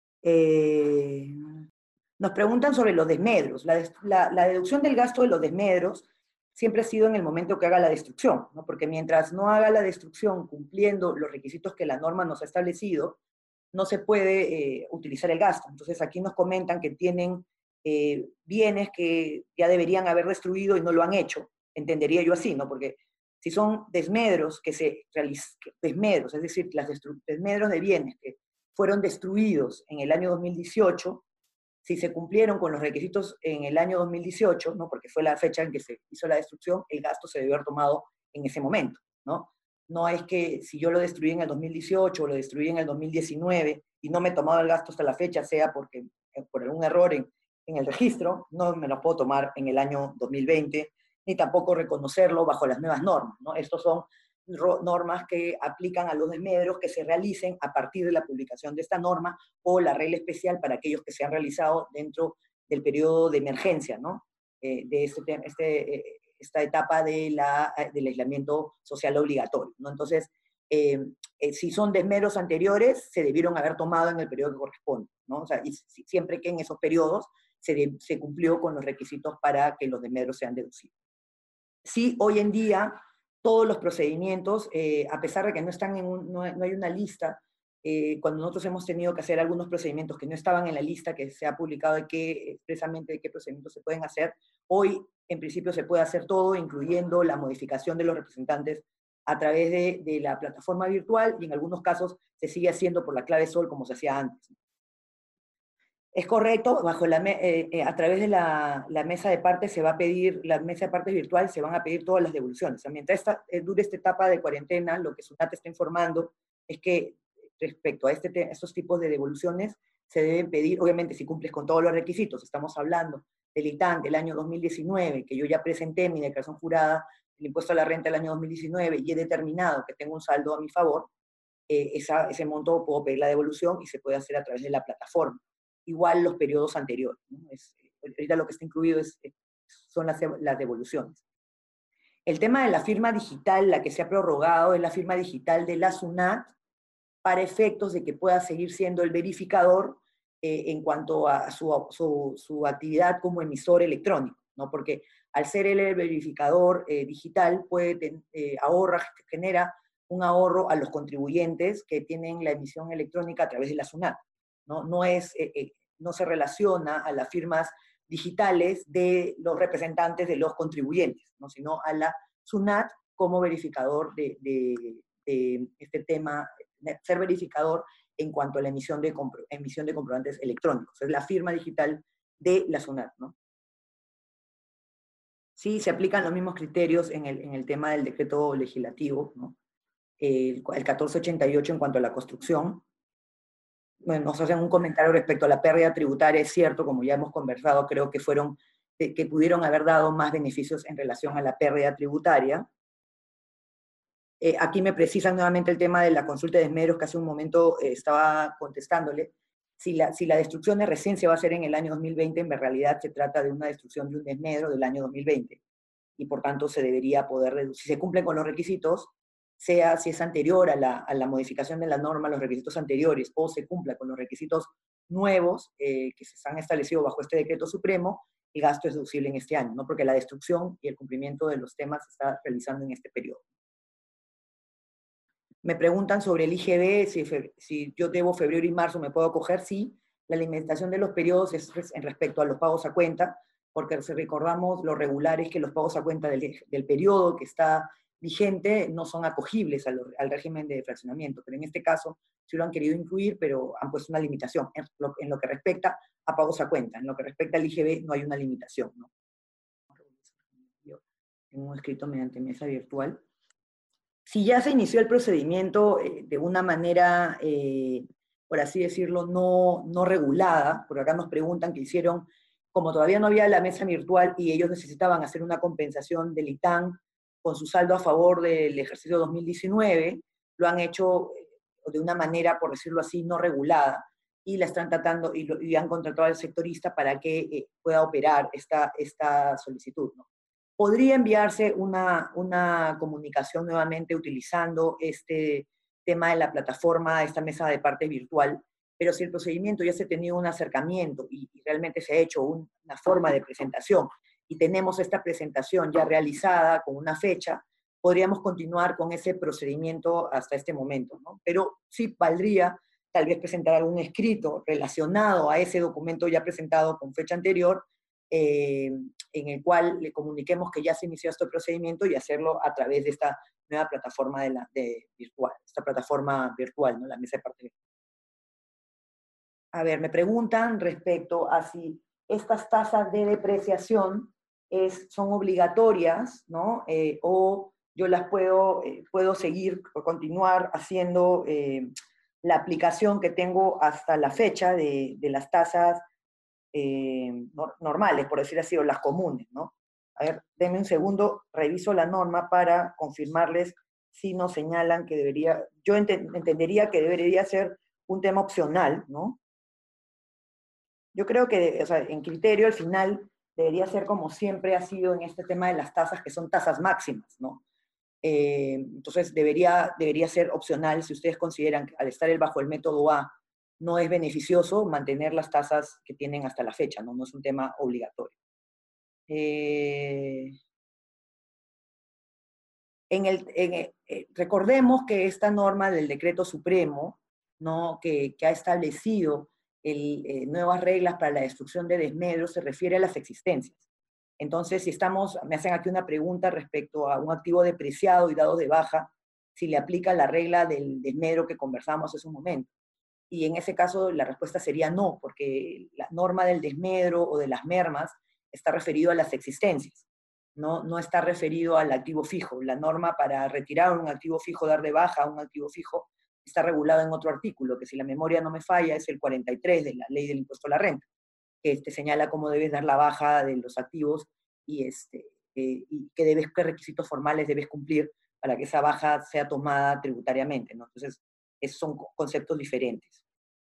Eh, nos preguntan sobre los desmedros. La, la, la deducción del gasto de los desmedros siempre ha sido en el momento que haga la destrucción, ¿no? Porque mientras no haga la destrucción cumpliendo los requisitos que la norma nos ha establecido, no se puede eh, utilizar el gasto. Entonces aquí nos comentan que tienen eh, bienes que ya deberían haber destruido y no lo han hecho. Entendería yo así, ¿no? Porque si son desmedros que se realizan, desmedros, es decir, las desmedros de bienes que fueron destruidos en el año dos mil dieciocho, si se cumplieron con los requisitos en el año dos mil dieciocho, ¿no? Porque fue la fecha en que se hizo la destrucción, el gasto se debió haber tomado en ese momento, ¿no? No es que si yo lo destruí en el dos mil dieciocho o lo destruí en el dos mil diecinueve y no me he tomado el gasto hasta la fecha, sea porque por algún error en, en el registro, no me lo puedo tomar en el año dos mil veinte, ni tampoco reconocerlo bajo las nuevas normas, ¿no? Estos son normas que aplican a los desmedros que se realicen a partir de la publicación de esta norma o la regla especial para aquellos que se han realizado dentro del periodo de emergencia, ¿no? Eh, de este, este, eh, esta etapa de la, del aislamiento social obligatorio, ¿no? Entonces, eh, eh, si son desmedros anteriores, se debieron haber tomado en el periodo que corresponde, ¿no? O sea, y si, siempre que en esos periodos se, de, se cumplió con los requisitos para que los desmedros sean deducidos. Sí, hoy en día todos los procedimientos, eh, a pesar de que no, están en un, no, no hay una lista, eh, cuando nosotros hemos tenido que hacer algunos procedimientos que no estaban en la lista, que se ha publicado de qué, expresamente de qué procedimientos se pueden hacer, hoy en principio se puede hacer todo, incluyendo la modificación de los representantes a través de, de la plataforma virtual, y en algunos casos se sigue haciendo por la clave S O L como se hacía antes. Es correcto, bajo la, eh, eh, a través de la, la mesa de partes se va a pedir, la mesa de partes virtual se van a pedir todas las devoluciones. O sea, mientras esta, eh, dure esta etapa de cuarentena, lo que SUNAT está informando es que respecto a, este, a estos tipos de devoluciones se deben pedir, obviamente si cumples con todos los requisitos, estamos hablando del I T A N del año dos mil diecinueve, que yo ya presenté mi declaración jurada del impuesto a la renta del año dos mil diecinueve y he determinado que tengo un saldo a mi favor, eh, esa, ese monto puedo pedir la devolución y se puede hacer a través de la plataforma. Igual los periodos anteriores, ¿no? Es, ahorita lo que está incluido es, son las, las devoluciones. El tema de la firma digital, la que se ha prorrogado, es la firma digital de la SUNAT para efectos de que pueda seguir siendo el verificador eh, en cuanto a su, su, su actividad como emisor electrónico, ¿no? Porque al ser él el verificador eh, digital, puede, eh, ahorra, genera un ahorro a los contribuyentes que tienen la emisión electrónica a través de la SUNAT. No, no, es, eh, eh, no se relaciona a las firmas digitales de los representantes de los contribuyentes, ¿no? Sino a la SUNAT como verificador de, de, de este tema, de ser verificador en cuanto a la emisión de, emisión de comprobantes electrónicos. Es la firma digital de la SUNAT, ¿no? Sí, se aplican los mismos criterios en el, en el tema del decreto legislativo, ¿no? El, el catorce ochenta y ocho en cuanto a la construcción. Bueno, nos hacen un comentario respecto a la pérdida tributaria, es cierto, como ya hemos conversado, creo que fueron, que pudieron haber dado más beneficios en relación a la pérdida tributaria. Eh, aquí me precisan nuevamente el tema de la consulta de desmedros, que hace un momento eh, estaba contestándole. Si la, si la destrucción de recién se va a hacer en el año dos mil veinte, en realidad se trata de una destrucción de un desmedro del año dos mil veinte. Y por tanto se debería poder reducir, si se cumplen con los requisitos, sea si es anterior a la, a la modificación de la norma, los requisitos anteriores, o se cumpla con los requisitos nuevos eh, que se han establecido bajo este decreto supremo, el gasto es deducible en este año, ¿no? Porque la destrucción y el cumplimiento de los temas se está realizando en este periodo. Me preguntan sobre el I G B, si, si yo debo febrero y marzo, ¿me puedo acoger? Sí, la alimentación de los periodos es en respecto a los pagos a cuenta, porque si recordamos, lo regular es que los pagos a cuenta del, del periodo que está vigente no son acogibles al, al régimen de fraccionamiento, pero en este caso sí lo han querido incluir, pero han puesto una limitación en lo, en lo que respecta a pagos a cuenta. En lo que respecta al I G B no hay una limitación, ¿no? En un escrito mediante mesa virtual. Si ya se inició el procedimiento eh, de una manera, eh, por así decirlo, no, no regulada, porque acá nos preguntan que hicieron, como todavía no había la mesa virtual y ellos necesitaban hacer una compensación del I T A N con su saldo a favor del ejercicio dos mil diecinueve, lo han hecho de una manera, por decirlo así, no regulada, y la están tratando, y, lo, y han contratado al sectorista para que eh, pueda operar esta, esta solicitud, ¿no? Podría enviarse una, una comunicación nuevamente utilizando este tema de la plataforma, esta mesa de parte virtual, pero si el procedimiento ya se ha tenido un acercamiento y, y realmente se ha hecho un, una forma de presentación y tenemos esta presentación ya realizada con una fecha, podríamos continuar con ese procedimiento hasta este momento, ¿no? Pero sí valdría tal vez presentar algún escrito relacionado a ese documento ya presentado con fecha anterior, Eh, en el cual le comuniquemos que ya se inició este procedimiento y hacerlo a través de esta nueva plataforma de la, de virtual, esta plataforma virtual, ¿no? La mesa de parte virtual. A ver, me preguntan respecto a si estas tasas de depreciación es, son obligatorias, ¿no? Eh, o yo las puedo, eh, puedo seguir o continuar haciendo eh, la aplicación que tengo hasta la fecha de, de las tasas Eh, no, normales, por decir así, o las comunes, ¿no? A ver, denme un segundo, reviso la norma para confirmarles si nos señalan que debería, yo ent entendería que debería ser un tema opcional, ¿no? Yo creo que, o sea, en criterio al final debería ser como siempre ha sido en este tema de las tasas, que son tasas máximas, ¿no? Eh, entonces debería, debería ser opcional si ustedes consideran que al estar el bajo el método A no es beneficioso mantener las tasas que tienen hasta la fecha, no, no es un tema obligatorio. Eh, en el, en el, eh, recordemos que esta norma del decreto supremo, ¿no? que, que ha establecido el, eh, nuevas reglas para la destrucción de desmedros se refiere a las existencias. Entonces, si estamos, me hacen aquí una pregunta respecto a un activo depreciado y dado de baja, si le aplica la regla del desmedro que conversamos hace un momento. Y en ese caso la respuesta sería no, porque la norma del desmedro o de las mermas está referido a las existencias, no, no está referido al activo fijo. La norma para retirar un activo fijo, dar de baja a un activo fijo, está regulada en otro artículo, que si la memoria no me falla es el cuarenta y tres de la Ley del Impuesto a la Renta, que este, señala cómo debes dar la baja de los activos y, este, eh, y qué, debes, qué requisitos formales debes cumplir para que esa baja sea tomada tributariamente, ¿no? Entonces, esos son conceptos diferentes.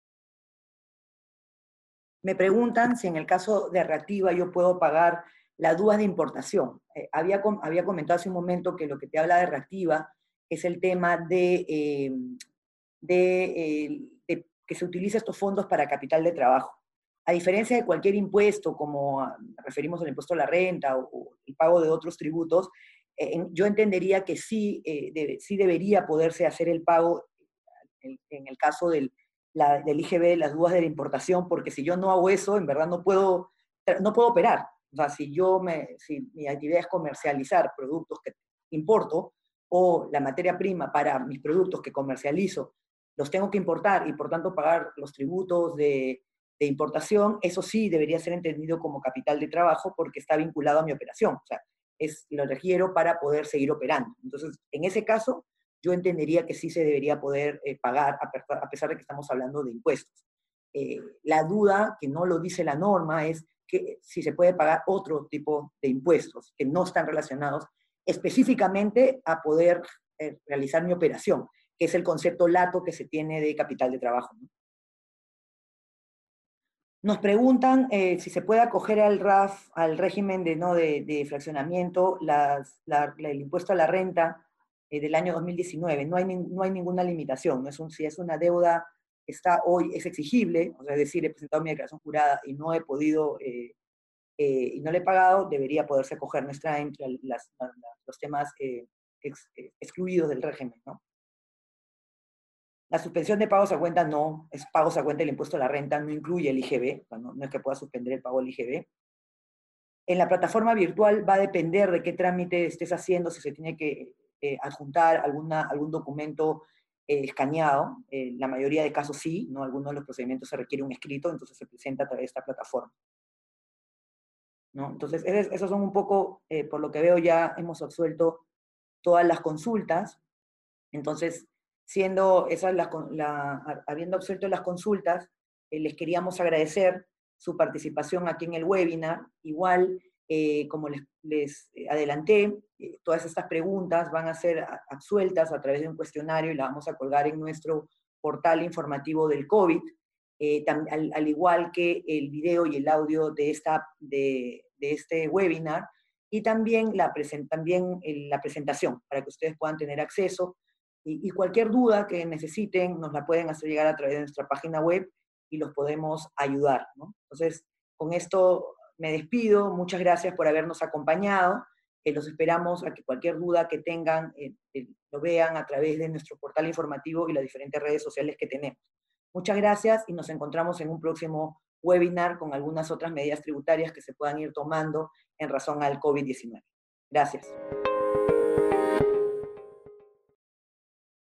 Me preguntan si en el caso de reactiva yo puedo pagar las dudas de importación. Eh, había, había comentado hace un momento que lo que te habla de reactiva es el tema de, eh, de, eh, de que se utilicen estos fondos para capital de trabajo. A diferencia de cualquier impuesto, como referimos al impuesto a la renta o, o el pago de otros tributos, eh, yo entendería que sí, eh, debe, sí debería poderse hacer el pago en, en el caso del, la, del I G B, las dudas de la importación, porque si yo no hago eso, en verdad no puedo, no puedo operar. O sea, si, yo me, si mi actividad es comercializar productos que importo, o la materia prima para mis productos que comercializo los tengo que importar y por tanto pagar los tributos de, de importación, eso sí debería ser entendido como capital de trabajo porque está vinculado a mi operación. O sea, es, lo requiero para poder seguir operando. Entonces, en ese caso, yo entendería que sí se debería poder eh, pagar, a pesar de que estamos hablando de impuestos. Eh, la duda, que no lo dice la norma, es que si se puede pagar otro tipo de impuestos que no están relacionados específicamente a poder eh, realizar mi operación, que es el concepto lato que se tiene de capital de trabajo, ¿no? Nos preguntan eh, si se puede acoger al R A F, al régimen de, ¿no? de, de fraccionamiento, las, la, la, el impuesto a la renta eh, del año dos mil diecinueve. No hay, no hay ninguna limitación. No es un, si es una deuda que está hoy, es exigible, o sea, es decir, he presentado mi declaración jurada y no he podido, eh, eh, y no le he pagado, debería poderse acoger nuestra entre las, las, los temas eh, ex, excluidos del régimen, ¿no? La suspensión de pagos a cuenta no, es pagos a cuenta del impuesto a la renta, no incluye el I G B, no, no es que pueda suspender el pago del I G B. En la plataforma virtual va a depender de qué trámite estés haciendo, si se tiene que eh, adjuntar alguna, algún documento eh, escaneado. Eh, la mayoría de casos sí, ¿no? Algunos de los procedimientos se requiere un escrito, entonces se presenta a través de esta plataforma, ¿no? Entonces, esos son un poco, eh, por lo que veo ya hemos absuelto todas las consultas. Entonces, siendo esas las, la, habiendo absuelto las consultas, eh, les queríamos agradecer su participación aquí en el webinar. Igual, eh, como les, les adelanté, eh, todas estas preguntas van a ser absueltas a través de un cuestionario y la vamos a colgar en nuestro portal informativo del COVID, eh, tam, al, al igual que el video y el audio de, esta, de, de este webinar, y también, la, present, también la presentación, para que ustedes puedan tener acceso. Y, y cualquier duda que necesiten nos la pueden hacer llegar a través de nuestra página web y los podemos ayudar, ¿no? Entonces, con esto me despido. Muchas gracias por habernos acompañado. Eh, los esperamos a que cualquier duda que tengan eh, eh, lo vean a través de nuestro portal informativo y las diferentes redes sociales que tenemos. Muchas gracias y nos encontramos en un próximo webinar con algunas otras medidas tributarias que se puedan ir tomando en razón al COVID diecinueve. Gracias.